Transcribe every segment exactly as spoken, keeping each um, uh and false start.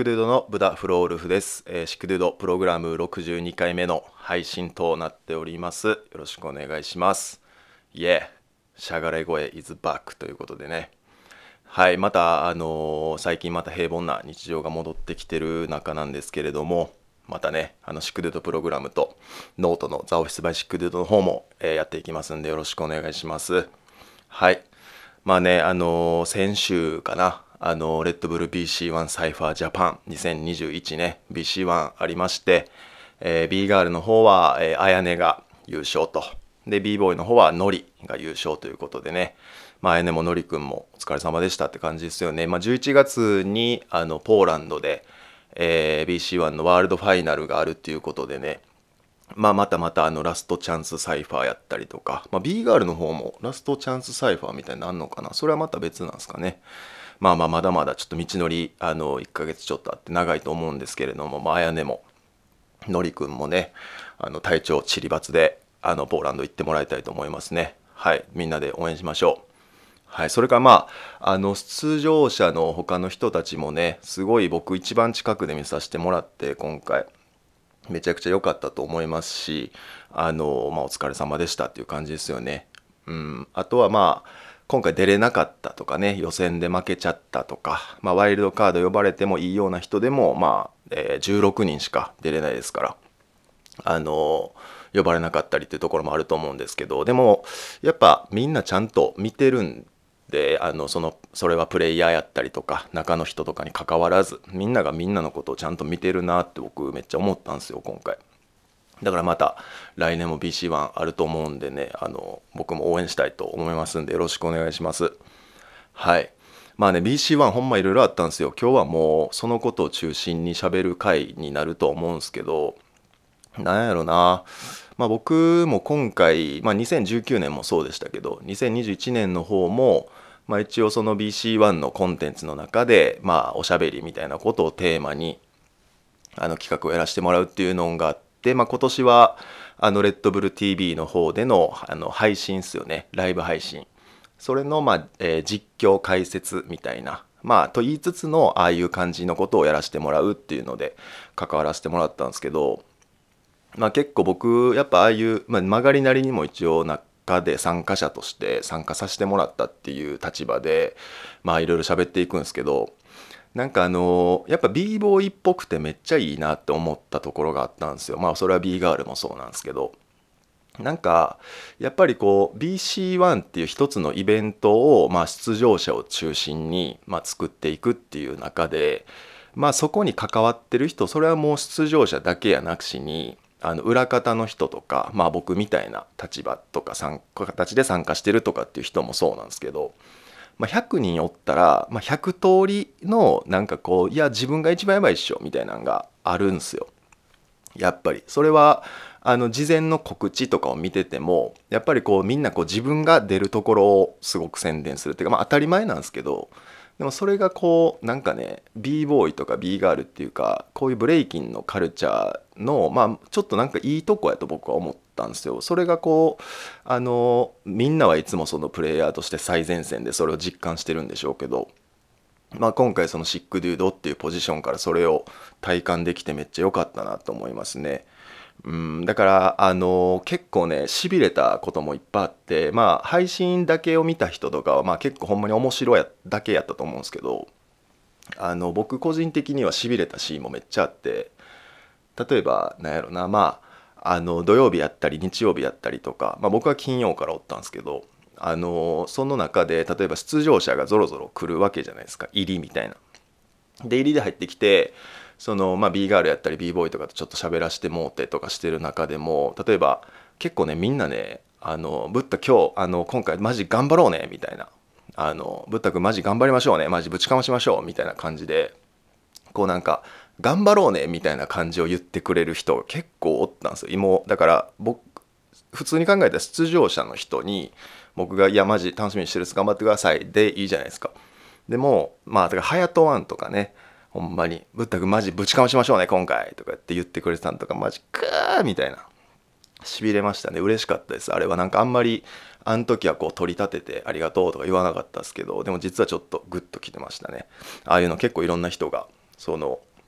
クドゥドのブダフロールフです、えー、シクドゥドプログラムろくじゅうにかいめの配信となっております。よろしくお願いします。イエーしゃがれ声 is back ということでね、はいまたあのー最近また平凡な日常が戻ってきてる中なんですけれども、またねあのシクドゥドプログラムとノートのザオフィスバイシクドゥドの方も、えーやっていきますんでよろしくお願いします。はい。まあね、あのー先週かな、あのーレッドブル ビーシーワン サイファージャパンにせんにじゅういちね、ビーシーワン ありまして、えー、B ガールの方は、えー、あやねが優勝と、で、B ボーイの方はのりが優勝ということでね、まあ、あやねものりくんもお疲れ様でしたって感じですよね。まあ、じゅういちがつにあのポーランドで、えー、ビーシーワン のワールドファイナルがあるっていうことでね、まあ、またまたあのラストチャンスサイファーやったりとか、まあ、B ガールの方もラストチャンスサイファーみたいになるのかな、それはまた別なんですかね。まあまあまだまだちょっと道のりあのいっかげつちょっとあって長いと思うんですけれども、まあ、あやねものりくんもねあの体調チリバツであのポーランド行ってもらいたいと思いますね。はい、みんなで応援しましょう。はい、それからまああの出場者の他の人たちもねすごい僕一番近くで見させてもらって今回めちゃくちゃ良かったと思いますし、あの、まあ、お疲れ様でしたっていう感じですよね。うん、あとはまあ今回出れなかったとかね、予選で負けちゃったとか、まあ、ワイルドカード呼ばれてもいいような人でも、まあえーじゅうろくにんしか出れないですから、あの呼ばれなかったりっていうところもあると思うんですけど、でもやっぱみんなちゃんと見てるんで、あのそのそれはプレイヤーやったりとか中の人とかに関わらずみんながみんなのことをちゃんと見てるなって僕めっちゃ思ったんですよ今回。だからまた来年も ビーシーワン あると思うんでね、あの僕も応援したいと思いますんでよろしくお願いします。はい。まあね ビーシーワン ほんまいろいろあったんですよ。今日はもうそのことを中心にしゃべる回になると思うんですけど、なんやろな。まあ僕も今回、まあにせんじゅうきゅうねんもそうでしたけど、にせんにじゅういちねんの方も、まあ一応その ビーシーワン のコンテンツの中で、まあおしゃべりみたいなことをテーマに、あの企画をやらせてもらうっていうのがあって、まあ今年は、あのレッドブル ティービー の方での、あの配信っすよね、ライブ配信。それの、まあ、えー実況解説みたいな、まあと言いつつのああいう感じのことをやらせてもらうっていうので関わらせてもらったんですけど、まあ、結構僕やっぱああいう、まあ、曲がりなりにも一応中で参加者として参加させてもらったっていう立場でまあいろいろ喋っていくんですけど、なんかあのやっぱ b ボーイっぽくてめっちゃいいなって思ったところがあったんですよ。まあそれは B ガールもそうなんですけど、なんかやっぱりこう ビーシーワン っていう一つのイベントを、まあ、出場者を中心に、まあ、作っていくっていう中で、まあ、そこに関わってる人、それはもう出場者だけやなくしにあの裏方の人とか、まあ、僕みたいな立場とか参形で参加してるとかっていう人もそうなんですけど、まあ、ひゃくにんおったら、まあ、ひゃく通りのなんかこういや自分が一番やばいっしょみたいなのがあるんですよ。やっぱりそれはあの事前の告知とかを見ててもやっぱりこうみんなこう自分が出るところをすごく宣伝するっていうか、まあ、当たり前なんですけど、でもそれがこうなんかね b ボーイとか B ガールっていうかこういうブレイキンのカルチャーのまあちょっとなんかいいとこやと僕は思ったんですよ。それがこうあのみんなはいつもそのプレイヤーとして最前線でそれを実感してるんでしょうけど、まあ、今回そのシックデュードっていうポジションからそれを体感できてめっちゃ良かったなと思いますね。うん、だからあの結構ねしびれたこともいっぱいあって、まあ配信だけを見た人とかはまあ結構ほんまに面白いやだけやったと思うんですけど、あの僕個人的にはしびれたシーンもめっちゃあって、例えばなんやろな、まああの土曜日やったり日曜日やったりとか、まあ、僕は金曜からおったんですけど、あのその中で例えば出場者がぞろぞろ来るわけじゃないですか、入りみたいな。で入りで入ってきてその、まあ、B ガールやったり B ボーイとかとちょっと喋らしてもうてとかしてる中でも、例えば結構ねみんなねあの「ブッダ今日あの今回マジ頑張ろうね」みたいな、あの「ブッダ君マジ頑張りましょうね、マジぶちかましましょう」みたいな感じでこうなんか頑張ろうねみたいな感じを言ってくれる人が結構おったんですよ。もうだから僕普通に考えたら出場者の人に僕が「いやマジ楽しみにしてるです頑張ってください」でいいじゃないですか。でもまあだからハヤトワンとかね、ほんまに「ぶったくマジぶちかましましょうね今回」とかって言ってくれてたんとかマジクーみたいな、しびれましたね。嬉しかったです。あれはなんかあんまりあの時はこう取り立ててありがとうとか言わなかったですけど、でも実はちょっとグッときてましたね。ああいうの結構いろんな人がその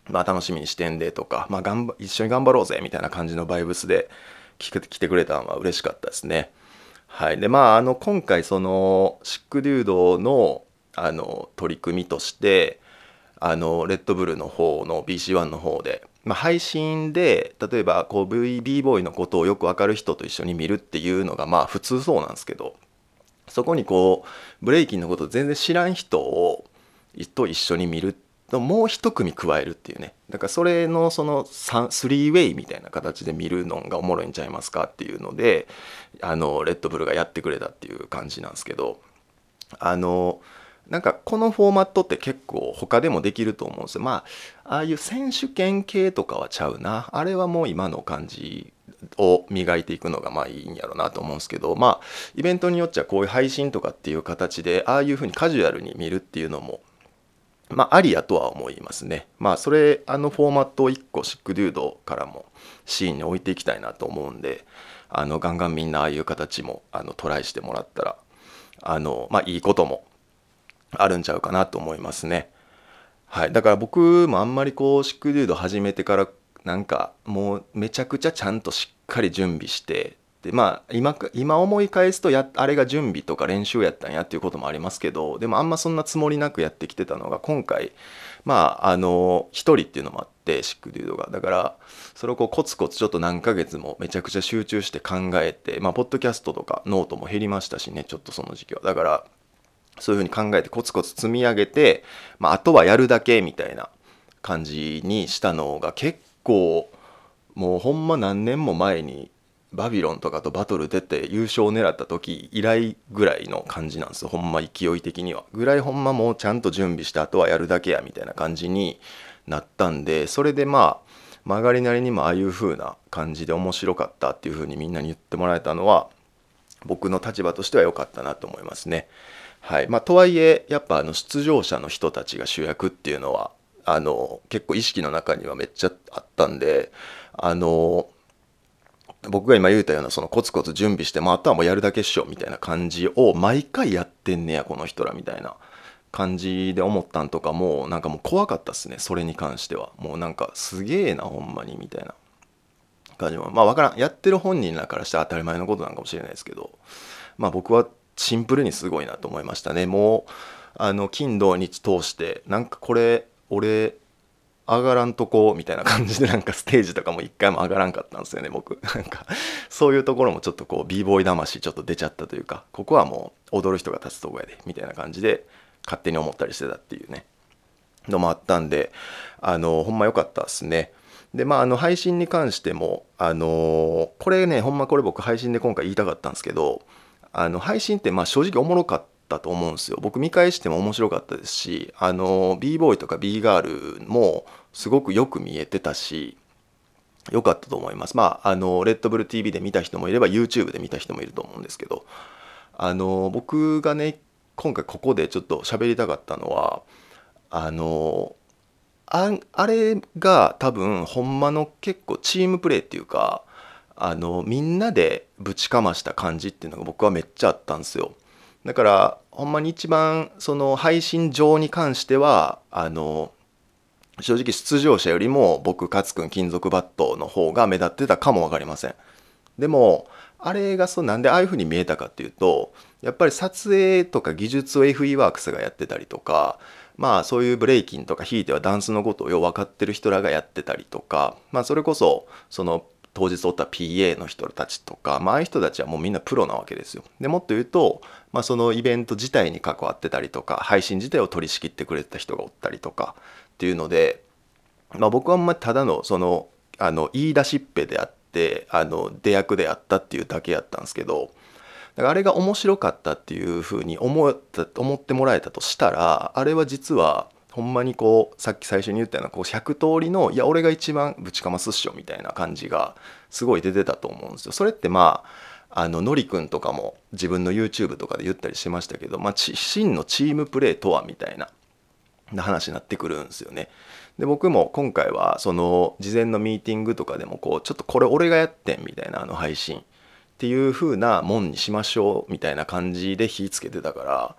まあ、楽しみにしてんでとか、まあ、頑張一緒に頑張ろうぜみたいな感じのバイブスで来て来てくれたのは嬉しかったですね。はい、でまああの今回そのシックデュードのあの取り組みとしてあのレッドブルの方の ビーシーワン の方で、まあ、配信で例えばこう ブイビー ボーイのことをよく分かる人と一緒に見るっていうのがまあ普通そうなんですけど、そこにこうブレイキンのことを全然知らん人をと一緒に見るともう一組加えるっていうね、だからそれのそのスリーウェイみたいな形で見るのがおもろいんちゃいますかっていうのであのレッドブルがやってくれたっていう感じなんですけど、あのなんかこのフォーマットって結構他でもできると思うんですよ。まあああいう選手権系とかはちゃうな、あれはもう今の感じを磨いていくのがまあいいんやろうなと思うんですけど、まあイベントによっちゃこういう配信とかっていう形でああいう風にカジュアルに見るっていうのもまあありやとは思いますね。まあそれあのフォーマットをいっこシックデュードからもシーンに置いていきたいなと思うんで、あのガンガンみんなああいう形もあのトライしてもらったらあのまあいいこともあるんちゃうかなと思いますね。はい、だから僕もあんまりこうシックデュード始めてからなんかもうめちゃくちゃちゃんとしっかり準備してでまあ今今思い返すとやあれが準備とか練習やったんやっていうこともありますけど、でもあんまそんなつもりなくやってきてたのが今回まああの一人っていうのもあってシックデュードがだからそれをこうコツコツちょっと何ヶ月もめちゃくちゃ集中して考えて、まあポッドキャストとかノートも減りましたしね、ちょっとその時期はだからそういうふうに考えてコツコツ積み上げて、まあ、あとはやるだけみたいな感じにしたのが結構もうほんま何年も前にバビロンとかとバトル出て優勝を狙った時以来ぐらいの感じなんですよ。ほんま勢い的にはぐらいほんまもうちゃんと準備してあとはやるだけやみたいな感じになったんで、それでまあ曲がりなりにもああいう風な感じで面白かったっていう風にみんなに言ってもらえたのは僕の立場としては良かったなと思いますね。はいまあ、とはいえやっぱあの出場者の人たちが主役っていうのはあの結構意識の中にはめっちゃあったんで、あの僕が今言うたようなそのコツコツ準備して、まあ、あとはもうやるだけっしょみたいな感じを毎回やってんねやこの人らみたいな感じで思ったんとかもなんかもう怖かったっすね。それに関してはもうなんかすげえなほんまにみたいな感じもまあ分からん、やってる本人らからしたら当たり前のことなんかもしれないですけど、まあ僕はシンプルにすごいなと思いましたね。もうあの金土日通してなんかこれ俺上がらんとこみたいな感じでなんかステージとかも一回も上がらんかったんですよね僕なんかそういうところもちょっとこう b ボーイ魂ちょっと出ちゃったというか、ここはもう踊る人が立つとこやでみたいな感じで勝手に思ったりしてたっていうねのもあったんで、あのほんま良かったですね。でまああの配信に関してもあのこれねほんまこれ僕配信で今回言いたかったんですけど、あの配信ってまあ正直おもろかったと思うんですよ。僕見返しても面白かったですし、あの b ボーイとか b ガールもすごくよく見えてたし良かったと思います。まああのレッドブル ティーブイ で見た人もいれば YouTube で見た人もいると思うんですけど、あの僕がね今回ここでちょっと喋りたかったのはあのああれが多分ほんまの結構チームプレーっていうかあのみんなでぶちかました感じっていうのが僕はめっちゃあったんですよ。だからほんまに一番その配信上に関してはあの正直出場者よりも僕勝くん金属バットの方が目立ってたかも分かりません。でもあれがそうなんでああいう風に見えたかっていうとやっぱり撮影とか技術を エフイー ワークスがやってたりとか、まあそういうブレイキンとかひいてはダンスのことをよう分かってる人らがやってたりとか、まあそれこそその当日おった ピーエー の人たちとか、まあああいう人たちはもうみんなプロなわけですよ。でもっと言うと、まあ、そのイベント自体に関わってたりとか配信自体を取り仕切ってくれてた人がおったりとかっていうので、まあ、僕はあんまりただのそのあの言い出しっぺであってあの出役であったっていうだけやったんですけど、だからあれが面白かったっていうふうに思った思ってもらえたとしたら、あれは実はほんまにこうさっき最初に言ったようなこうひゃく通りのいや俺が一番ぶちかますっしょみたいな感じがすごい出てたと思うんですよ。それってまああののりくんとかも自分の YouTube とかで言ったりしましたけど、まあ、真のチームプレーとはみたいな話になってくるんですよね。で僕も今回はその事前のミーティングとかでもこうちょっとこれ俺がやってんみたいなあの配信っていう風なもんにしましょうみたいな感じで火つけてたから、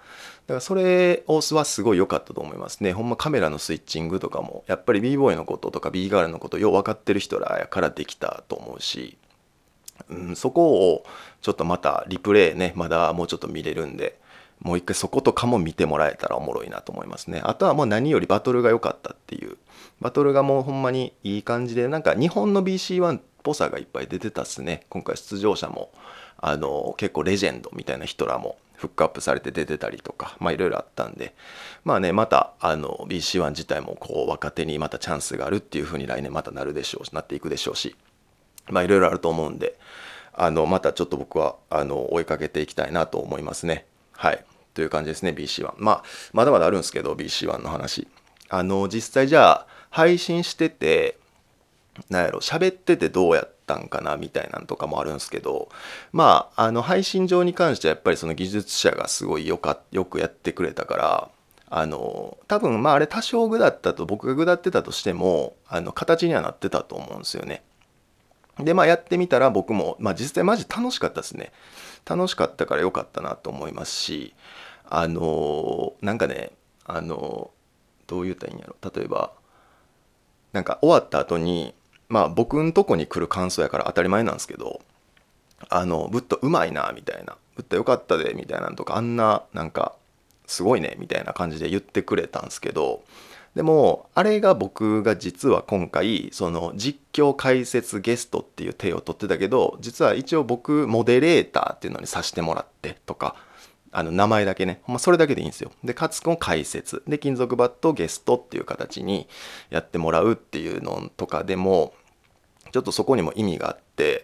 だからそれはすごい良かったと思いますね。ほんまカメラのスイッチングとかもやっぱり b ボーイのこととか b ガールのことよう分かってる人らやからできたと思うし、うん、そこをちょっとまたリプレイね、まだもうちょっと見れるんで、もう一回そことかも見てもらえたらおもろいなと思いますね。あとはもう何よりバトルが良かったっていう、バトルがもうほんまにいい感じで、なんか日本の ビーシーワン っぽさがいっぱい出てたっすね。今回出場者もあの結構レジェンドみたいな人らもフックアップされて出てたりとか、まあいろいろあったんで、まあね、またあの ビーシーワン 自体もこう若手にまたチャンスがあるっていう風に来年またなるでしょうし、なっていくでしょうし、まあいろいろあると思うんで、あのまたちょっと僕はあの追いかけていきたいなと思いますね。はい。という感じですね、ビーシーワン。まあ、まだまだあるんですけど、ビーシーワン の話。あの、実際じゃあ、配信してて、なんやろ、喋っててどうやったんかなみたいなんとかもあるんですけど、まあ、あの、配信上に関してはやっぱりその技術者がすごいよか、よくやってくれたから、あの、多分まああれ多少グだったと、僕がグだってたとしても、あの、形にはなってたと思うんですよね。で、まあやってみたら僕も、まあ実際マジ楽しかったですね。楽しかったから良かったなと思いますし、あのーなんかね、あのーどう言ったらいいんやろ。例えば、なんか終わった後に、まあ僕んとこに来る感想やから当たり前なんですけど、あの、ぶっとうまいな、みたいな。ぶっとよかったで、みたいなんとか、あんな、なんか、すごいね、みたいな感じで言ってくれたんですけど、でも、あれが僕が実は今回、その実況解説ゲストっていう体を取ってたけど、実は一応僕、モデレーターっていうのにさせてもらってとか、あの名前だけね、ほんまそれだけでいいんですよ。で、カツくん解説。で、金属バットゲストっていう形にやってもらうっていうのとかでも、ちょっとそこにも意味があって、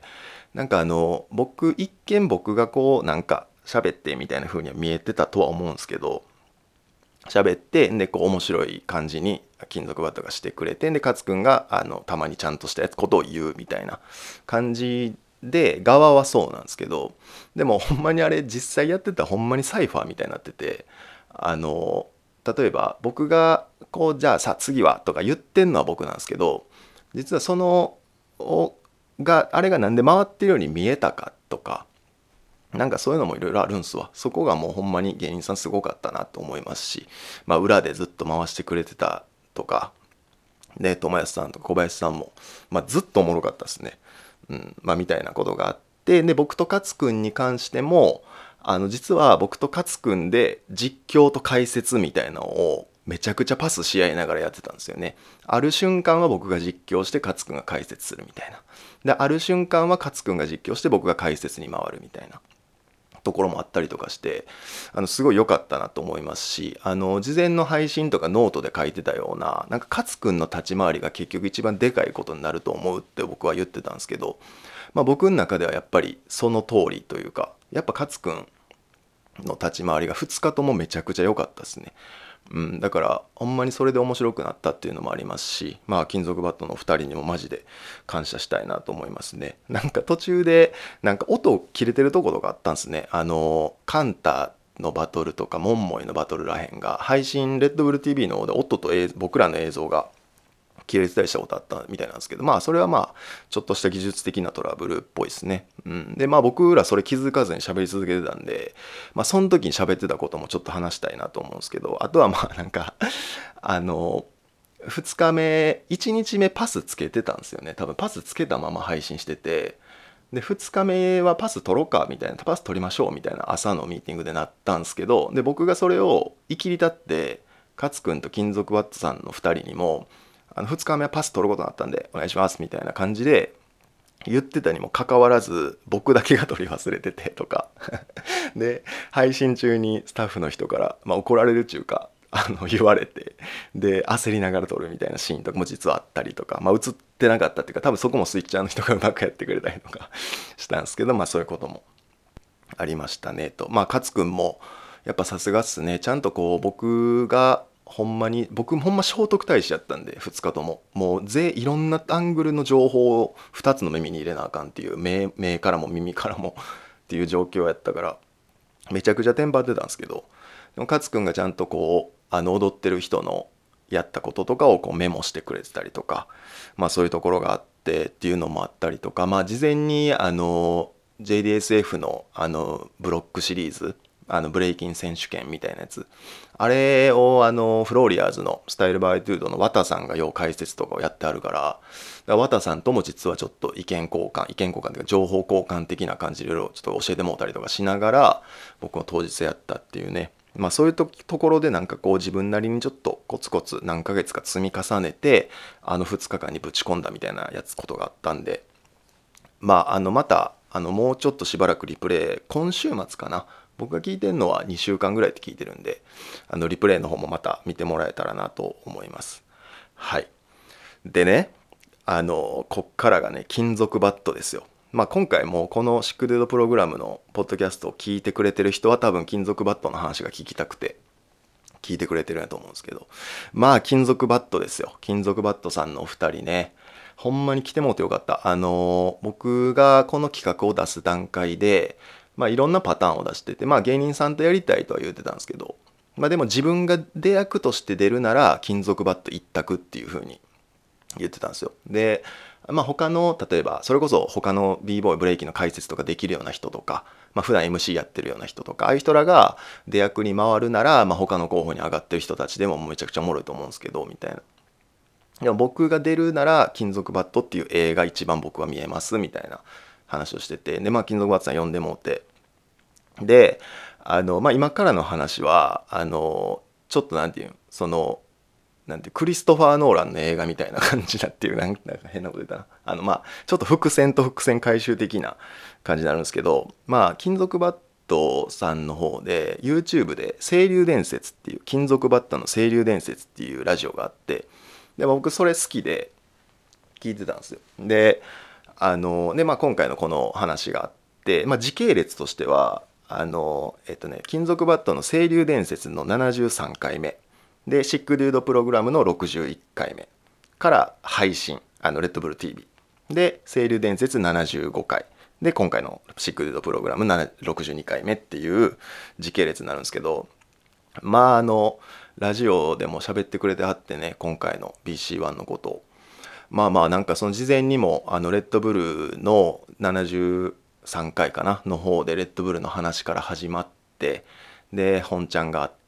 なんかあの、僕、一見僕がこう、なんか喋ってみたいな風には見えてたとは思うんですけど、喋って、で、こう面白い感じに金属バットがしてくれて、で、勝くんが、あの、たまにちゃんとしたやつことを言うみたいな感じで、側はそうなんですけど、でもほんまにあれ実際やってたらほんまにサイファーみたいになってて、あの、例えば僕が、こう、じゃあさ、次はとか言ってんのは僕なんですけど、実はその、おが、あれがなんで回ってるように見えたかとか、なんかそういうのもいろいろあるんすわ。そこがもうほんまに芸人さんすごかったなと思いますし、まあ裏でずっと回してくれてたとか、で、友安さんとか小林さんも、まあずっとおもろかったですね。うん、まあみたいなことがあって、で、僕と勝くんに関しても、あの、実は僕と勝くんで実況と解説みたいなのをめちゃくちゃパスし合いながらやってたんですよね。ある瞬間は僕が実況して勝くんが解説するみたいな。で、ある瞬間は勝くんが実況して僕が解説に回るみたいな。ところもあったりとかして、あのすごい良かったなと思いますし、あの事前の配信とかノートで書いてたような、なんか勝くんの立ち回りが結局一番でかいことになると思うって僕は言ってたんですけど、まあ、僕の中ではやっぱりその通りというか、やっぱ勝くんの立ち回りがふつかともめちゃくちゃ良かったですね。うん、だからほんまにそれで面白くなったっていうのもありますし、まあ金属バットのふたりにもマジで感謝したいなと思いますね。なんか途中でなんか音切れてるところがあったんですね。あのカンタのバトルとかモンモイのバトルらへんが配信レッドブル ティーブイ の方で音と僕らの映像が切れてたりしたことあったみたいなんですけど、まあそれはまあちょっとした技術的なトラブルっぽいですね。うん、でまあ僕らそれ気づかずに喋り続けてたんで、まあその時に喋ってたこともちょっと話したいなと思うんですけど、あとはまあなんかあのふつかめいちにちめパスつけてたんですよね。多分パスつけたまま配信してて、でふつかめはパス取ろうかみたいな、パス取りましょうみたいな朝のミーティングでなったんですけど、で僕がそれをいきり立って勝くんと金属バットさんのふたりにもあのふつかめはパス取ることになったんでお願いしますみたいな感じで言ってたにもかかわらず、僕だけが取り忘れててとかで配信中にスタッフの人から、まあ、怒られるっていうかあの言われて、で焦りながら撮るみたいなシーンとかも実はあったりとか、まあ、映ってなかったっていうか、多分そこもスイッチャーの人がうまくやってくれたりとかしたんですけど、まあそういうこともありましたねと。まあ勝くんもやっぱさすがっすね。ちゃんとこう僕がほんまに僕ほんま聖徳太子やったんでふつかとももうぜいろんなアングルの情報をふたつの耳に入れなあかんっていう、目目からも耳からもっていう状況やったからめちゃくちゃテンパってたんですけど、でも勝くんがちゃんとこうあの踊ってる人のやったこととかをこうメモしてくれてたりとか、まあそういうところがあってっていうのもあったりとか、まあ事前にあの ジェイディーエスエフ のあのブロックシリーズあのブレイキン選手権みたいなやつ、あれをあのフローリアーズのスタイルバイトゥードの綿さんがよう解説とかをやってあるから、だから綿さんとも実はちょっと意見交換意見交換というか情報交換的な感じでいろいろちょっと教えてもらったりとかしながら僕も当日やったっていうね、まあそういうとところでなんかこう自分なりにちょっとコツコツ何ヶ月か積み重ねてあのふつかかんにぶち込んだみたいなやつことがあったんで、まああのまたあのもうちょっとしばらくリプレイ今週末かな、僕が聞いてるのはにしゅうかんぐらいって聞いてるんで、あのリプレイの方もまた見てもらえたらなと思います。はい。でね、あのこっからがね金属バットですよ。まあ今回もこのシックデュードプログラムのポッドキャストを聞いてくれてる人は多分金属バットの話が聞きたくて聞いてくれてるんやと思うんですけど、まあ金属バットですよ。金属バットさんのお二人ね、ほんまに来てもらってよかった。あの僕がこの企画を出す段階でまあいろんなパターンを出してて、まあ芸人さんとやりたいとは言ってたんですけど、まあでも自分が出役として出るなら金属バット一択っていう風に言ってたんですよ。で、まあ他の例えばそれこそ他の b ボーイブレイキンの解説とかできるような人とか、まあ普段 エムシー やってるような人とか、ああいう人らが出役に回るなら、まあ他の候補に上がってる人たちでもめちゃくちゃおもろいと思うんですけどみたいな。でも僕が出るなら金属バットっていう映画一番僕は見えますみたいな話をしてて、でまあ金属バットさん呼んでもうて、であの、まあ、今からの話はあのちょっとなんていうそのなんてクリストファー・ノーランの映画みたいな感じだっていうなんか変なこと言ったな、あのまあちょっと伏線と伏線回収的な感じになるんですけど、まあ金属バットさんの方で YouTube で清流伝説っていう金属バットの清流伝説っていうラジオがあって、で僕それ好きで聞いてたんですよ。であので、まあ、今回のこの話があって、まあ、時系列としてはあのえっとね金属バットの清流伝説のななじゅうさんかいめでシックデュードプログラムのろくじゅういっかいめから配信、あのレッドブル ティービー で清流伝説ななじゅうごかいで今回のシックデュードプログラムろくじゅうにかいめっていう時系列になるんですけど、まああのラジオでも喋ってくれてはってね、今回の ビーシーワン のことをまあまあなんかその事前にもあのレッドブルのななじゅうさんかいかなの方でレッドブルの話から始まって、で本ちゃんがあって、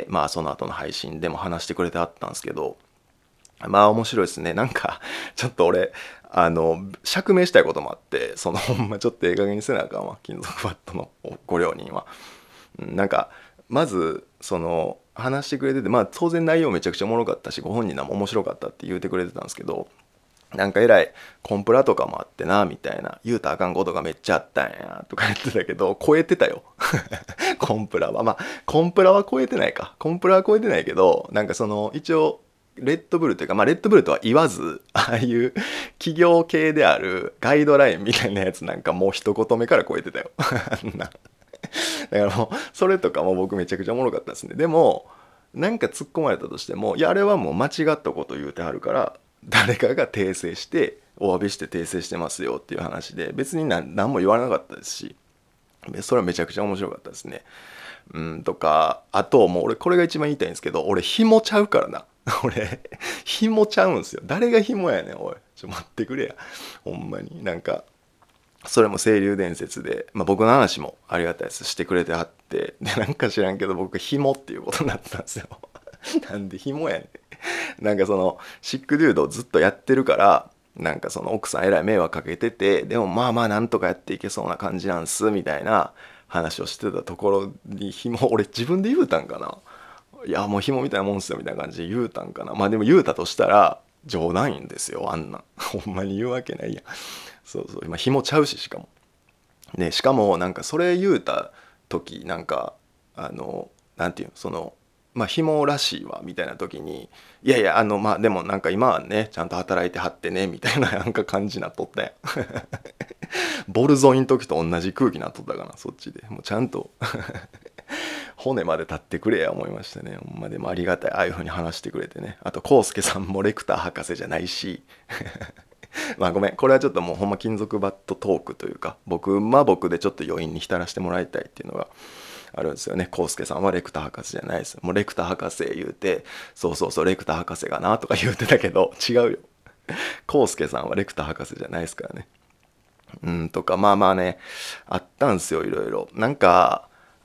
まあその後の配信でも話してくれてあったんですけど、まあ面白いですね。なんかちょっと俺あの釈明したいこともあって、そのほんまちょっとええ加減にせなあかんわ、金属バットのご両人は。なんかまずその話してくれてて、まあ当然内容めちゃくちゃおもろかったしご本人らも面白かったって言うてくれてたんですけど、なんかえらいコンプラとかもあってなみたいな、言うたらあかんことがめっちゃあったんやとか言ってたけど超えてたよコンプラはまあコンプラは超えてないかコンプラは超えてないけど、なんかその一応レッドブルというか、まあレッドブルとは言わずああいう企業系であるガイドラインみたいなやつなんかもう一言目から超えてたよだからもうそれとかも僕めちゃくちゃおもろかったですね。でもなんか突っ込まれたとしても、いやあれはもう間違ったこと言うてはるから誰かが訂正してお詫びして訂正してますよっていう話で、別に何何も言わなかったですし、それはめちゃくちゃ面白かったですね。うんとか、あともう俺これが一番言いたいんですけど、俺紐ちゃうからな俺紐ちゃうんすよ。誰が紐やねんおい、ちょ待ってくれやほんまに。なんかそれも清流伝説で、まあ、僕の話もありがたいですしてくれてはって、でなんか知らんけど僕紐っていうことになったんですよなんで紐やねんなんかそのシックデュードをずっとやってるから、なんかその奥さんえらい迷惑かけてて、でもまあまあなんとかやっていけそうな感じなんすみたいな話をしてたところに紐、俺自分で言うたんかな、いやもう紐みたいなもんっすよみたいな感じで言うたんかな。まあでも言うたとしたら冗談ですよ、あんなんほんまに言うわけないやん。そうそう、今紐ちゃうし、しかもね、しかもなんかそれ言うた時なんかあのなんていうの、そのまあ紐らしいわみたいな時に、いやいやあのまあでもなんか今はねちゃんと働いてはってねみたいななんか感じなっとったやんボルゾイの時と同じ空気なっとったかな、そっちでもうちゃんと骨まで立ってくれや思いましたね。ほんまでもありがたい、ああいう風に話してくれてね。あとコウスケさんもレクター博士じゃないしまあごめん、これはちょっともうほんま金属バットトークというか、僕は僕でちょっと余韻に浸らしてもらいたいっていうのがあるんですよね。コウスケさんはレクター博士じゃないです。もうレクター博士言うて、そうそうそうレクター博士がなとか言うてたけど違うよ。コウスケさんはレクター博士じゃないですからね。うんとかまあまあね、あったんすよいろいろ。なんか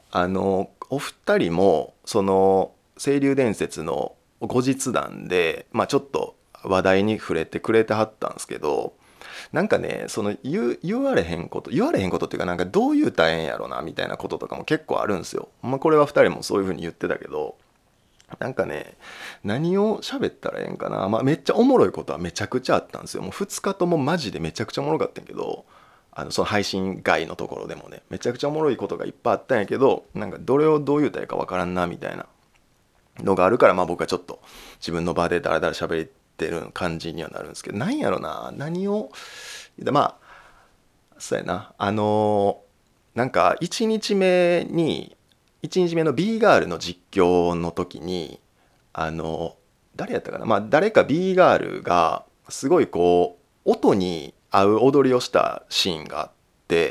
あのお二人もその清流伝説の後日談で、まあ、ちょっと話題に触れてくれてはったんですけど、なんかねその言う言われへんこと言われへんことっていうか、なんかどう言うたらええんやろなみたいなこととかも結構あるんですよ。まあ、これは二人もそういう風に言ってたけど、なんかね何を喋ったらええんかな、まあ、めっちゃおもろいことはめちゃくちゃあったんですよ。もうふつかともマジでめちゃくちゃおもろかったんやけど、あのその配信外のところでもねめちゃくちゃおもろいことがいっぱいあったんやけど、なんかどれをどう言うたらいいかわからんなみたいなのがあるから、まあ僕はちょっと自分の場でだらだら喋ってる感じにはなるんですけど、なんやろな、何をまあそうやな、あのーなんかいちにちめにいちにちめの B ガールの実況の時に、あの誰やったかな、まあ誰か B ガールがすごいこう音に合う踊りをしたシーンがあって、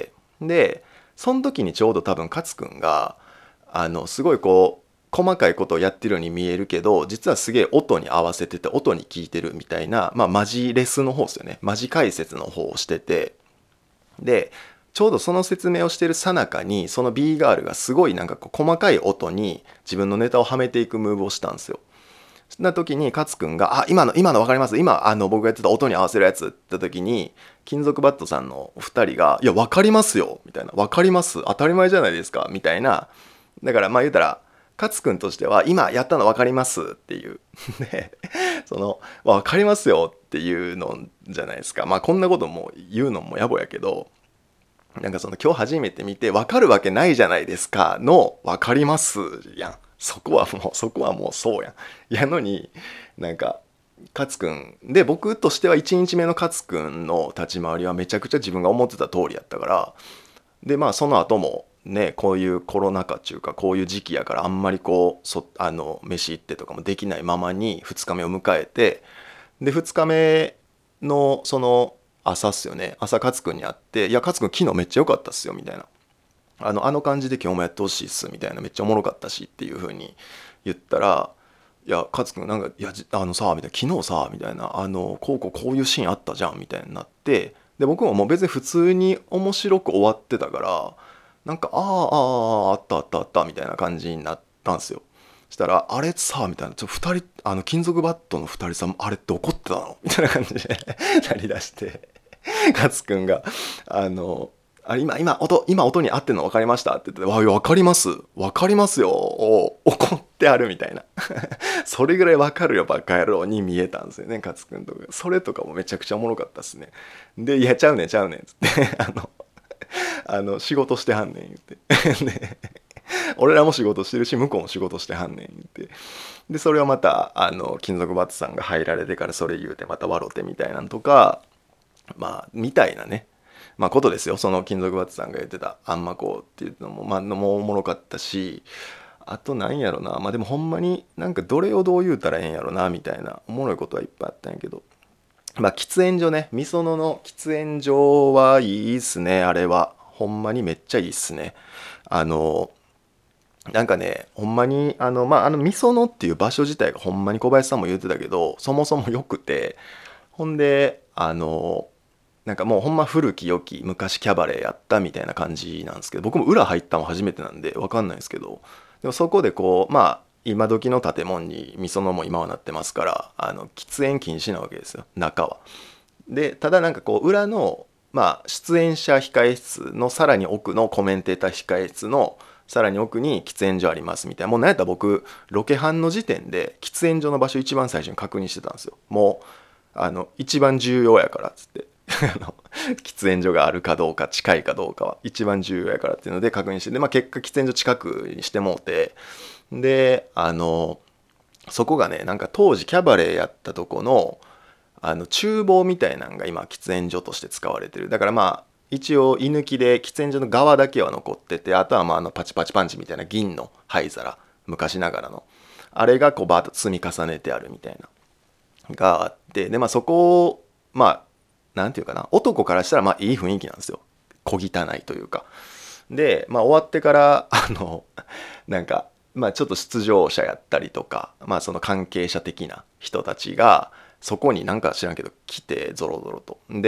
でその時にちょうど多分勝くんがあのすごいこう細かいことをやってるように見えるけど、実はすげえ音に合わせてて音に聞いてるみたいな、まあマジレスの方ですよね、マジ解説の方をしてて、でちょうどその説明をしてる最中にその B ガールがすごいなんかこう細かい音に自分のネタをはめていくムーブをしたんですよ。そんな時に勝くんが「あ今の今の分かります、今あの僕がやってた音に合わせるやつ」って言った時に、金属バットさんのお二人が「いや分かりますよ」みたいな「分かります当たり前じゃないですか」みたいな。だからまあ言うたら勝くんとしては今やったの分かりますっていうでその分かりますよっていうのじゃないですか。まあこんなことも言うのも野暮やけど、なんかその今日初めて見て分かるわけないじゃないですかの分かりますやん。そこはもうそこはもうそうやん。やのになんか勝くんで、僕としてはいちにちめの勝くんの立ち回りはめちゃくちゃ自分が思ってた通りやったから、でまあその後もねこういうコロナ禍っていうかこういう時期やからあんまりこうそあの飯行ってとかもできないままにふつかめを迎えて、でふつかめのその朝っすよね、朝勝くんに会って「いや勝くん昨日めっちゃ良かったっすよ」みたいな、あのあの感じで今日もやってほしいっすみたいな、めっちゃおもろかったしっていう風に言ったら「いや勝くんなんかいやあのさ」みたいな「昨日さ」みたいな「あのこうこうこういうシーンあったじゃん」みたいになって、で僕ももう別に普通に面白く終わってたから、なんか「あああああったあったあった」みたいな感じになったんですよ。そしたら「あれさ」みたいな「ちょふたりあの金属バットのふたりさんあれって怒ってたの?」みたいな感じでなりだして勝くんがあのあ今今音今音に合ってるの分かりましたって言って「わ分かります分かりますよ」を怒ってあるみたいなそれぐらい分かるよバカ野郎に見えたんですよね勝くんとか。それとかもめちゃくちゃおもろかったっすね。で「いやちゃうねんちゃうねん」っつってあのあの仕事してはんねん言ってで俺らも仕事してるし向こうも仕事してはんねん言って、でそれをまたあの金属バットさんが入られてからそれ言うてまた笑ってみたいなんとか、まあみたいなね、まあことですよ。その金属バットさんが言ってた「あんまこう」っていうのもまあもうおもろかったし、あとなんやろな、まあでもほんまになんかどれをどう言うたらええんやろなみたいなおもろいことはいっぱいあったんやけど、まあ喫煙所ね、みそのの喫煙所はいいっすね。あれはほんまにめっちゃいいっすね。あのなんかねほんまにあのまああのみそのっていう場所自体がほんまに小林さんも言ってたけどそもそもよくて、ほんであのなんかもうほんま古き良き昔キャバレーやったみたいな感じなんですけど、僕も裏入ったの初めてなんで分かんないですけど、でもそこでこうまあ今時の建物にみそのも今はなってますから、あの喫煙禁止なわけですよ中は。でただなんかこう裏のまあ出演者控え室のさらに奥のコメンテーター控え室のさらに奥に喫煙所ありますみたいな、もうなんやったら僕ロケハンの時点で喫煙所の場所一番最初に確認してたんですよ。もうあの一番重要やからっつってあの喫煙所があるかどうか近いかどうかは一番重要やからっていうので確認して、で、まあ、結果喫煙所近くにしてもうて、であのそこがねなんか当時キャバレーやったとこのあの厨房みたいなのが今喫煙所として使われてる。だからまあ一応居抜きで喫煙所の側だけは残ってて、あとはまああのパチパチパンチみたいな銀の灰皿昔ながらのあれがこうバーッと積み重ねてあるみたいながあって、でまあそこをまあなんていうかな、男からしたらまあいい雰囲気なんですよ。小汚いというか。でまあ終わってからあのなんかまあちょっと出場者やったりとか、まあその関係者的な人たちがそこになんか知らんけど来てゾロゾロと。で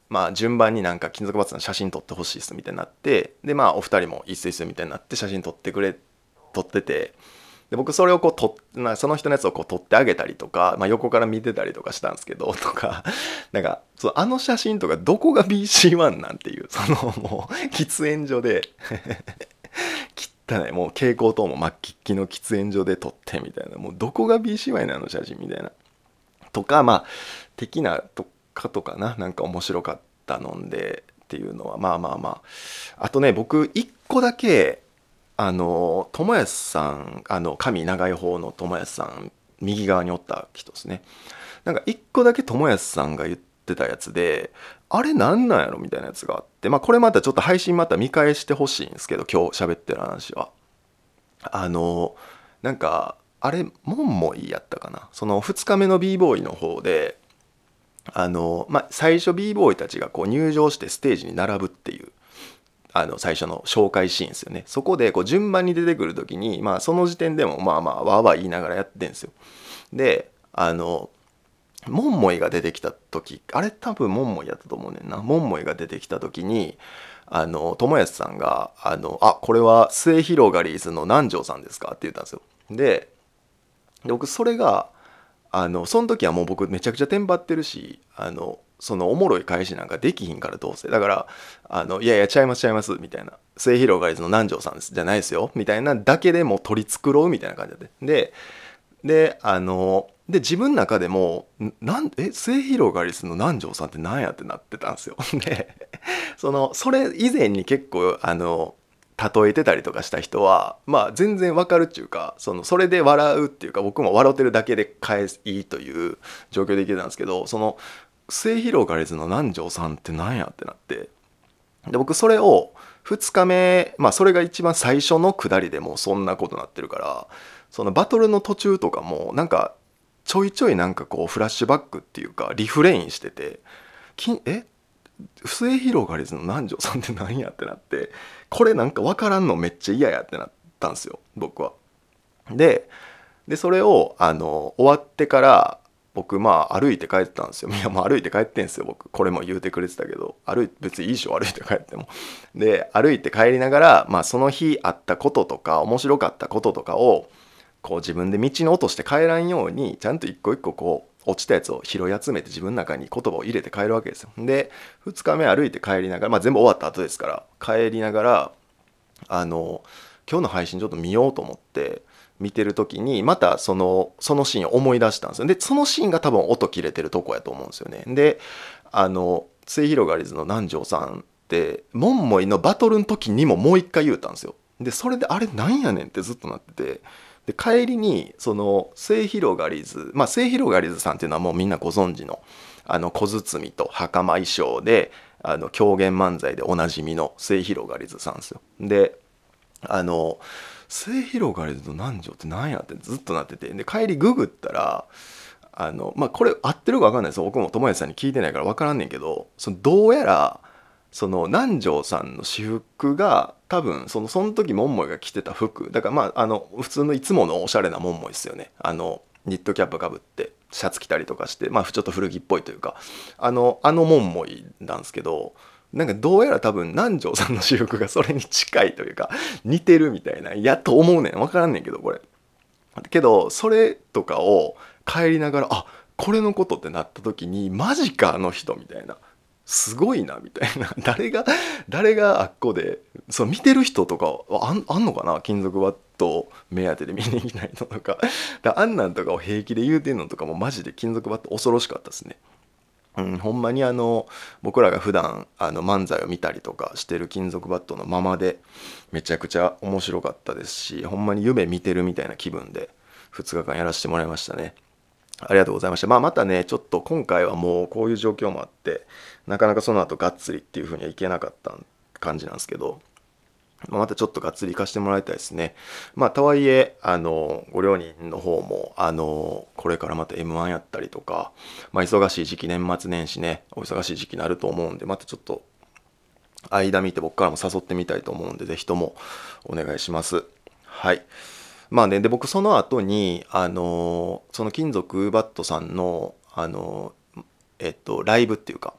まあ順番になんか金属バットの写真撮ってほしいっすみたいになって、でまあお二人も一緒一緒みたいになって写真撮ってくれ撮ってて、で僕それをこう撮っ、まあ、その人のやつをこう撮ってあげたりとか、まあ、横から見てたりとかしたんですけどとかなんかそうあの写真とかどこが ビーシーワン なんていう、そのもう喫煙所で汚いもう蛍光灯も真っ黄々の喫煙所で撮ってみたいな、もうどこが ビーシーワン なの写真みたいなとか、まあ的なとかとかな、なんか面白かったのでっていうのはまあまあまあ。あとね、僕一個だけあの友安さん、あの髪長い方の友安さん、右側におった人ですね。なんか一個だけ友安さんが言ってたやつで、あれなんなんやろみたいなやつがあって、まあこれまたちょっと配信また見返してほしいんですけど、今日喋ってる話はあのなんかあれモンモイやったかな、そのふつかめの b ボーイの方で、あのまあ最初 b ボーイたちがこう入場してステージに並ぶっていう、あの最初の紹介シーンですよね。そこでこう順番に出てくる時に、まあその時点でもまあまあわーわー言いながらやってんですよ。であのモンモイが出てきた時、あれ多分モンモイやったと思うねんな。モンモイが出てきた時に、あの友安さんが「あのあこれは末広がりーずの南條さんですか?」って言ったんですよ。で僕それがあのその時はもう僕めちゃくちゃテンパってるし、あのそのおもろい返しなんかできひんから、どうせだからあの「いやいやちゃいますちゃいます」みたいな「末広がりずの南條さんですじゃないですよ」みたいなだけでもう取り繕うみたいな感じで、でであので自分の中でもなんえ末広がりずの南條さんって何やってなってたんですよ。でそのそれ以前に結構あの例えてたりとかした人はまあ全然わかるっていうか、そのそれで笑うっていうか、僕も笑ってるだけで返いいという状況でいけたんですけど、その末広がりずの南條さんって何やってなって、で僕それをふつかめ、まあそれが一番最初の下りでもそんなことなってるから、そのバトルの途中とかもなんかちょいちょいなんかこうフラッシュバックっていうかリフレインしてて、きえ末広がりずの南條さんって何やってなって、これなんか分からんのめっちゃ嫌やってなったんですよ僕は。ででそれをあの終わってから僕まあ歩いて帰ってたんですよ。いやもう歩いて帰ってんすよ僕。これも言うてくれてたけど、歩いて別にいいでしょ歩いて帰っても。で歩いて帰りながら、まあ、その日あったこととか面白かったこととかをこう自分で道に落として帰らんようにちゃんと一個一個こう落ちたやつを拾い集めて自分の中に言葉を入れて帰るわけですよ。でふつかめ歩いて帰りながら、まあ、全部終わった後ですから帰りながらあの今日の配信ちょっと見ようと思って見てる時にまたそのそのシーンを思い出したんですよ。でそのシーンが多分音切れてるとこやと思うんですよね。であの末広がりずの南條さんってモンモイのバトルの時にももう一回言うたんですよ。でそれであれなんやねんってずっとなってて、で帰りにその末広がりず、まあ末広がりずさんっていうのはもうみんなご存知のあの小包と袴衣装であの狂言漫才でおなじみの末広がりずさんですよ。であの末広がりずの南條って何やってずっとなってて、で帰りググったらあのまあこれ合ってるか分かんないですよ、僕も友達さんに聞いてないから分からんねんけど、そのどうやらその南條さんの私服が多分そのその時モンモイが着てた服だから、まああの普通のいつものおしゃれなモンモイですよね。あのニットキャップかぶってシャツ着たりとかして、まあちょっと古着っぽいというか、あのあのモンモイなんですけど、なんかどうやら多分南條さんの私服がそれに近いというか似てるみたいな、やっと思うねん、分からんねんけどこれけど、それとかを帰りながらあこれのことってなった時にマジかあの人みたいな、すごいなみたいな誰が誰があっこでそう見てる人とかあん、あんのかな、金属バット目当てで見に行きたいのとかだあんなんとかを平気で言うてんのとかもマジで金属バット恐ろしかったですね。うん、ほんまにあの僕らが普段あの漫才を見たりとかしてる金属バットのままでめちゃくちゃ面白かったですし、ほんまに夢見てるみたいな気分でふつかかんやらせてもらいましたね。ありがとうございました。まあまたねちょっと今回はもうこういう状況もあってなかなかその後がっつりっていう風にはいけなかった感じなんですけど、またちょっとがっつり行かせてもらいたいですね。まあとはいえあのご両人の方もあのこれからまた エムワン やったりとか、まあ、忙しい時期年末年始ねお忙しい時期になると思うんで、またちょっと間見て僕からも誘ってみたいと思うんでぜひともお願いします。はい。まあねで僕その後にあのその金属バットさんのあのえっとライブっていうか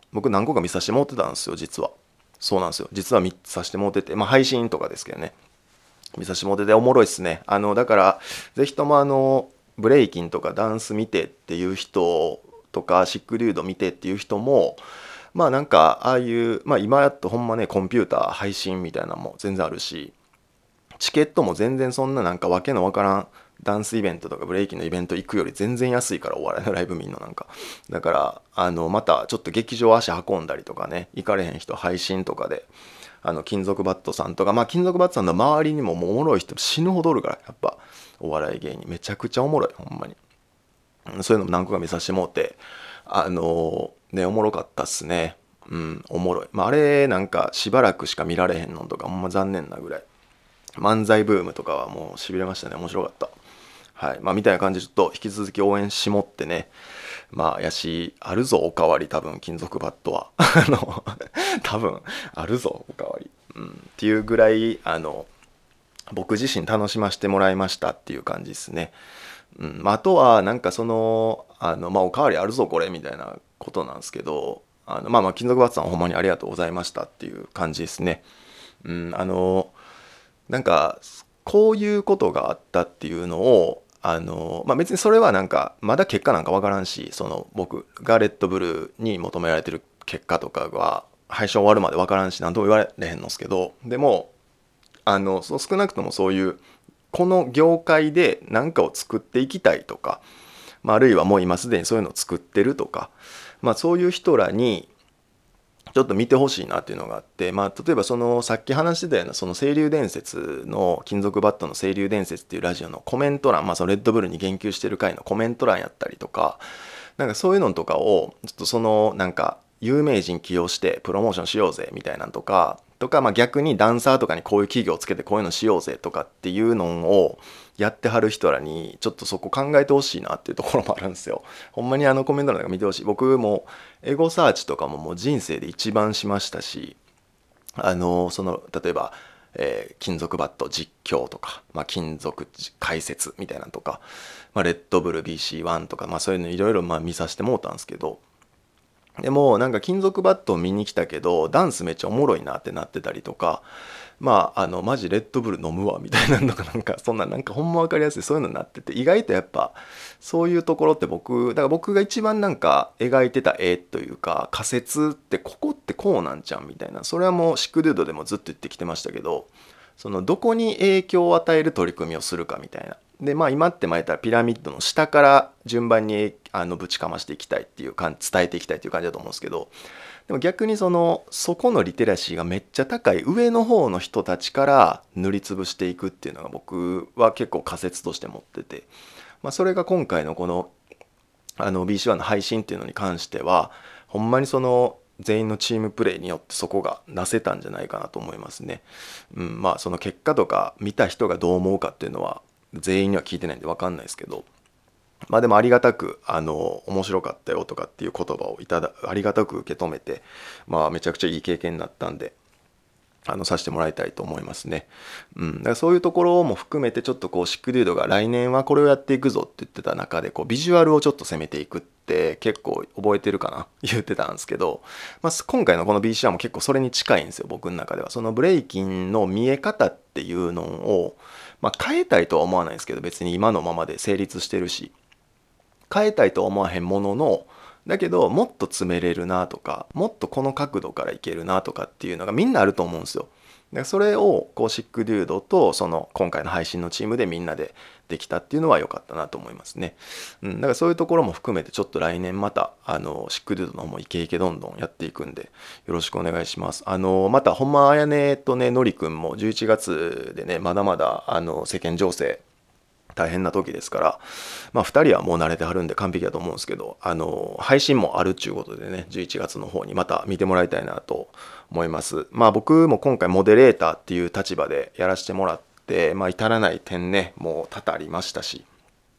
僕何個か見させてもらってたんですよ実は。そうなんですよ、実は見させてもらってて、まあ配信とかですけどね、見させてもらってておもろいっすね。あのだからぜひともあのブレイキンとかダンス見てっていう人とかシックデュード見てっていう人も、まあなんかああいう、まあ今やっとほんまねコンピューター配信みたいなのも全然あるし、チケットも全然そんななんかわけのわからんダンスイベントとかブレイキンのイベント行くより全然安いから、お笑いのライブ見んのなんか。だからあのまたちょっと劇場足運んだりとかね、行かれへん人配信とかで、あの金属バットさんとか、まあ金属バットさんの周りにももうおもろい人死ぬほどおるから、やっぱお笑い芸人めちゃくちゃおもろい、ほんまに。そういうのも何個か見させてもらって、あのねおもろかったっすね。うん、おもろい。まああれなんかしばらくしか見られへんのとかほんま残念なぐらい。漫才ブームとかはもうしびれましたね。面白かった。はい。まあみたいな感じでちょっと引き続き応援しもってね。まあやし、あるぞおかわり、多分金属バットは。あの、多分あるぞおかわり。うん。っていうぐらい、あの、僕自身楽しませてもらいましたっていう感じですね。うんまあ、あとはなんかその、あの、まあおかわりあるぞこれみたいなことなんですけど、あのまあまあ金属バットさんほんまにありがとうございましたっていう感じですね。うん、あの、なんかこういうことがあったっていうのをあの、まあ、別にそれはなんかまだ結果なんか分からんし、その僕がレッドブルに求められてる結果とかは配信終わるまで分からんし何とも言われへんのですけど、でもあのそう少なくともそういうこの業界で何かを作っていきたいとか、まあ、あるいはもう今すでにそういうのを作ってるとか、まあ、そういう人らにちょっと見てほしいなっていうのがあって、まあ、例えばそのさっき話してたようなその清流伝説の金属バットの清流伝説っていうラジオのコメント欄、まあ、そのレッドブルに言及してる回のコメント欄やったりとか、なんかそういうのとかをちょっとそのなんか有名人起用してプロモーションしようぜみたいなんとかとか、まあ、逆にダンサーとかにこういう企業をつけてこういうのしようぜとかっていうのをやってはる人らにちょっとそこ考えてほしいなっていうところもあるんですよ。ほんまにあのコメント欄とか見てほしい。僕もエゴサーチとかももう人生で一番しましたし、あのその例えば、えー金属バット実況とか、まあ、金属解説みたいなのとか、まあ、レッドブル ビーシーワン とか、まあ、そういうのいろいろまあ見させてもうたんですけど、でもなんか金属バットを見に来たけどダンスめっちゃおもろいなってなってたりとか、まああのマジレッドブル飲むわみたいなのとか、なんかそんななんかほんま分かりやすいそういうのになってて、意外とやっぱそういうところって僕だから僕が一番なんか描いてた絵というか仮説ってここってこうなんちゃうみたいな、それはもうシックデュードでもずっと言ってきてましたけど、そのどこに影響を与える取り組みをするかみたいな。でまあ今って前言ったらピラミッドの下から順番にあのぶちかましていきたいっていうか伝えていきたいっていう感じだと思うんですけど、でも逆にそのそこのリテラシーがめっちゃ高い上の方の人たちから塗りつぶしていくっていうのが僕は結構仮説として持ってて、まあ、それが今回のこのあの ビーシーワン の配信っていうのに関してはほんまにその全員のチームプレーによってそこがなせたんじゃないかなと思いますね。うん、まあその結果とか見た人がどう思うかっていうのは全員には聞いてないんで分かんないですけど、まあでもありがたくあの面白かったよとかっていう言葉をいただありがたく受け止めて、まあめちゃくちゃいい経験になったんであのさせてもらいたいと思いますね。うん、だからそういうところも含めてちょっとこうシックデュードが来年はこれをやっていくぞって言ってた中でこうビジュアルをちょっと攻めていくって結構覚えてるかな言ってたんですけど、まあ、今回のこの ビーシーワン も結構それに近いんですよ僕の中では。そのブレイキンの見え方っていうのを、まあ、変えたいとは思わないですけど別に今のままで成立してるし変えたいとは思わへんものの、だけどもっと詰めれるなとかもっとこの角度からいけるなとかっていうのがみんなあると思うんですよ。でそれをこうシックデュードとその今回の配信のチームでみんなでできたっていうのは良かったなと思いますね。うん、だからそういうところも含めてちょっと来年またあのシックデュードの方もイケイケどんどんやっていくんでよろしくお願いします。あのまた本間彩音とねのりくんもじゅういちがつでねまだまだあの世間情勢大変な時ですから、まあ、ふたりはもう慣れてはるんで完璧だと思うんですけど、あの配信もあるっちゅうことでねじゅういちがつの方にまた見てもらいたいなと思います。まあ僕も今回モデレーターっていう立場でやらせてもらって、まあ、至らない点ねもう多々ありましたし、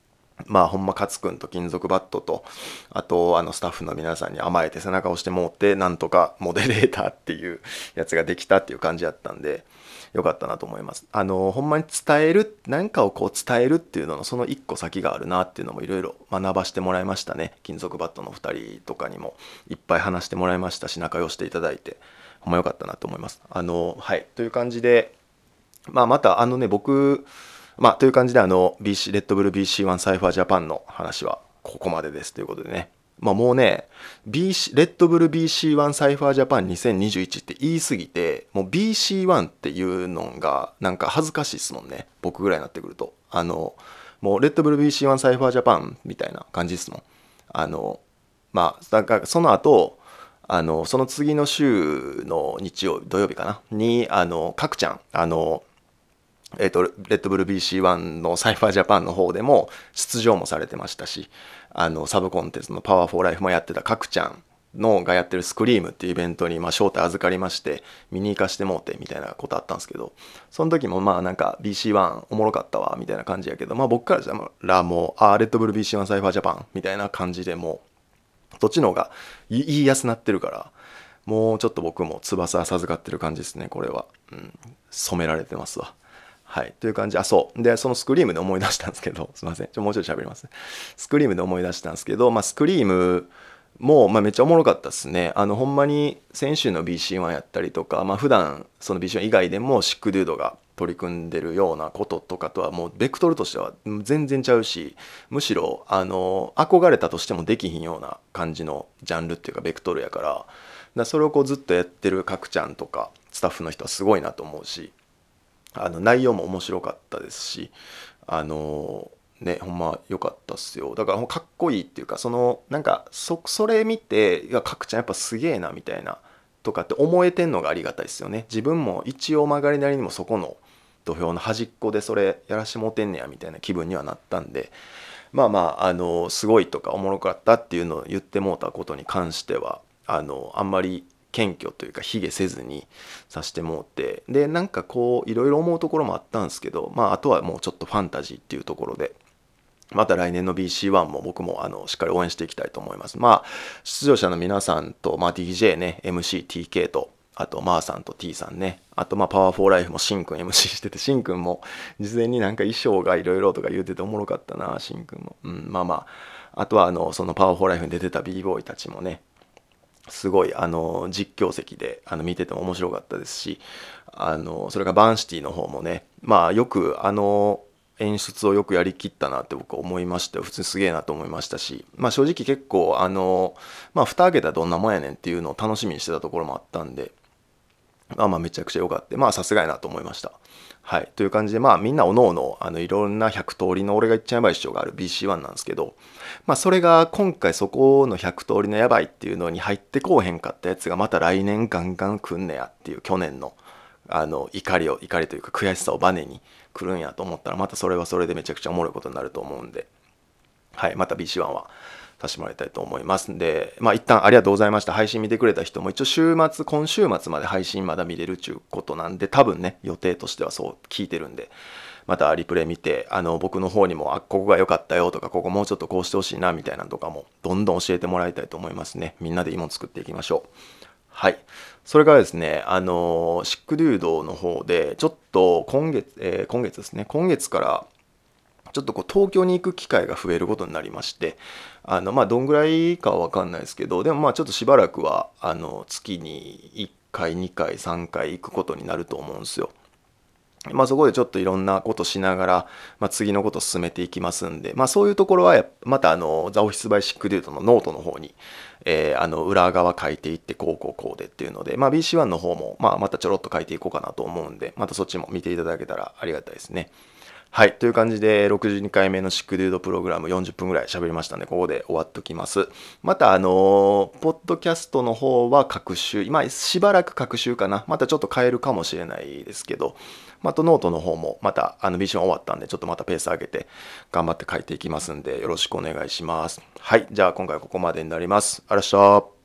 まあほんま勝くんと金属バットとあとあのスタッフの皆さんに甘えて背中を押してもうってなんとかモデレーターっていうやつができたっていう感じやったんでよかったなと思います。あのほんまに伝える何かをこう伝えるっていうののその一個先があるなっていうのもいろいろ学ばしてもらいましたね。金属バットのふたりとかにもいっぱい話してもらいましたし仲良していただいてほんまよかったなと思います。あのはいという感じで、まあ、またあのね僕まあという感じであの ビーシー レッドブル ビーシーワン サイファージャパンの話はここまでですということでね。まあもうね、ビーシー、レッドブル ビーシーワン サイファージャパンにせんにじゅういちって言い過ぎて、もう ビーシーワン っていうのがなんか恥ずかしいですもんね。僕ぐらいになってくると。あの、もうレッドブル ビーシーワン サイファージャパンみたいな感じですもん。あの、まあ、だからその後、あの、その次の週の日曜、土曜日かなに、あの、かくちゃん、あの、えっと、レッドブル ビーシーワン のサイファージャパンの方でも出場もされてましたし、あのサブコンテンツのパワーフォーライフもやってたかくちゃんのがやってるスクリームっていうイベントにまあ招待預かりまして見に行かしてもうてみたいなことあったんですけど、その時もまあなんか ビーシーワン おもろかったわみたいな感じやけど、まあ僕からしたらもうあレッドブル ビーシーワン サイファージャパンみたいな感じでもうどっちの方が言いやすなってるからもうちょっと僕も翼授かってる感じですね。これは、うん、染められてますわ。はい。という感じ。あ、そう。で、そのスクリームで思い出したんですけど、すいません。ちょもうちょい喋ります。スクリームで思い出したんですけど、まあ、スクリームも、まあ、めっちゃおもろかったですね。あの、ほんまに先週の ビーシーワン やったりとか、まあ、普段、その ビーシーワン 以外でもシックデュードが取り組んでるようなこととかとは、もう、ベクトルとしては全然ちゃうし、むしろ、あの、憧れたとしてもできひんような感じのジャンルっていうか、ベクトルやから、だからそれをこうずっとやってるかくちゃんとか、スタッフの人はすごいなと思うし、あの内容も面白かったですし、あのねほんま良かったっすよ。だからかっこいいっていうか、そのなんかそそれ見ていやかくちゃんやっぱすげえなみたいなとかって思えてんのがありがたいですよね。自分も一応曲がりなりにもそこの土俵の端っこでそれやらしてもうてんねやみたいな気分にはなったんで、まあまああのすごいとかおもろかったっていうのを言ってもうたことに関してはあのあんまり謙虚というか卑下せずにさしてもうて、でなんかこういろいろ思うところもあったんですけど、まああとはもうちょっとファンタジーっていうところでまた来年の ビーシーワン も僕もあのしっかり応援していきたいと思います。まあ出場者の皆さんと、まあ、ディージェー ね エムシー、ティーケー とあとマーさんと T さんね、あとまあパワーフォーライフもシンくん エムシー してて、シンくんも事前になんか衣装がいろいろとか言うてておもろかったな、シンくんも。うん、まあまああとはあのそのパワーフォーライフに出てた b ボーイたちもねすごいあの実況席であの見てても面白かったですし、あのそれからバーンシティの方もね、まあよくあの演出をよくやりきったなって僕は思いましたよ。普通にすげえなと思いましたし、まあ正直結構あのまあ蓋開けたらどんなもんやねんっていうのを楽しみにしてたところもあったんで、まあまあめちゃくちゃ良かった。まあさすがやなと思いました。はい。という感じで、まあみんなおのおの、あの、いろんなひゃく通りの俺が言っちゃえば一緒がある ビーシーワン なんですけど、まあそれが今回そこのひゃく通りのやばいっていうのに入ってこうへんかったやつがまた来年ガンガン来んねやっていう去年の、あの、怒りを、怒りというか悔しさをバネに来るんやと思ったら、またそれはそれでめちゃくちゃおもろいことになると思うんで、はい。また ビーシーワン はさせてもらいたいと思いますんで、まあ一旦ありがとうございました。配信見てくれた人も一応週末、今週末まで配信まだ見れるちゅうことなんで、多分ね、予定としてはそう聞いてるんで、またリプレイ見て、あの、僕の方にも、あ、ここが良かったよとか、ここもうちょっとこうしてほしいなみたいなのとかも、どんどん教えてもらいたいと思いますね。みんなでいいもの作っていきましょう。はい。それからですね、あの、シックデュードの方で、ちょっと今月、えー今月ですね、今月から、ちょっとこう東京に行く機会が増えることになりまして、あのまあどんぐらいかは分かんないですけど、でもまあちょっとしばらくはあの月にいっかいにかいさんかい行くことになると思うんですよ。まあそこでちょっといろんなことしながら、まあ、次のことを進めていきますんで、まあそういうところはやっぱまたあのザ・オフィス・バイ・シック・デュートのノートの方に、えーあの裏側書いていってこうこうこうでっていうので、まあ ビーシーワン の方も、まあ、またちょろっと書いていこうかなと思うんで、またそっちも見ていただけたらありがたいですね。はい。という感じで、ろくじゅうにかいめのシックデュードプログラムよんじゅっぷんぐらい喋りましたので、ここで終わっときます。また、あのーポッドキャストの方は各週、今しばらく各週かな。またちょっと変えるかもしれないですけど、またノートの方も、また、あの、ビジョン終わったんで、ちょっとまたペース上げて、頑張って書いていきますんで、よろしくお願いします。はい。じゃあ、今回はここまでになります。ありがとうございました。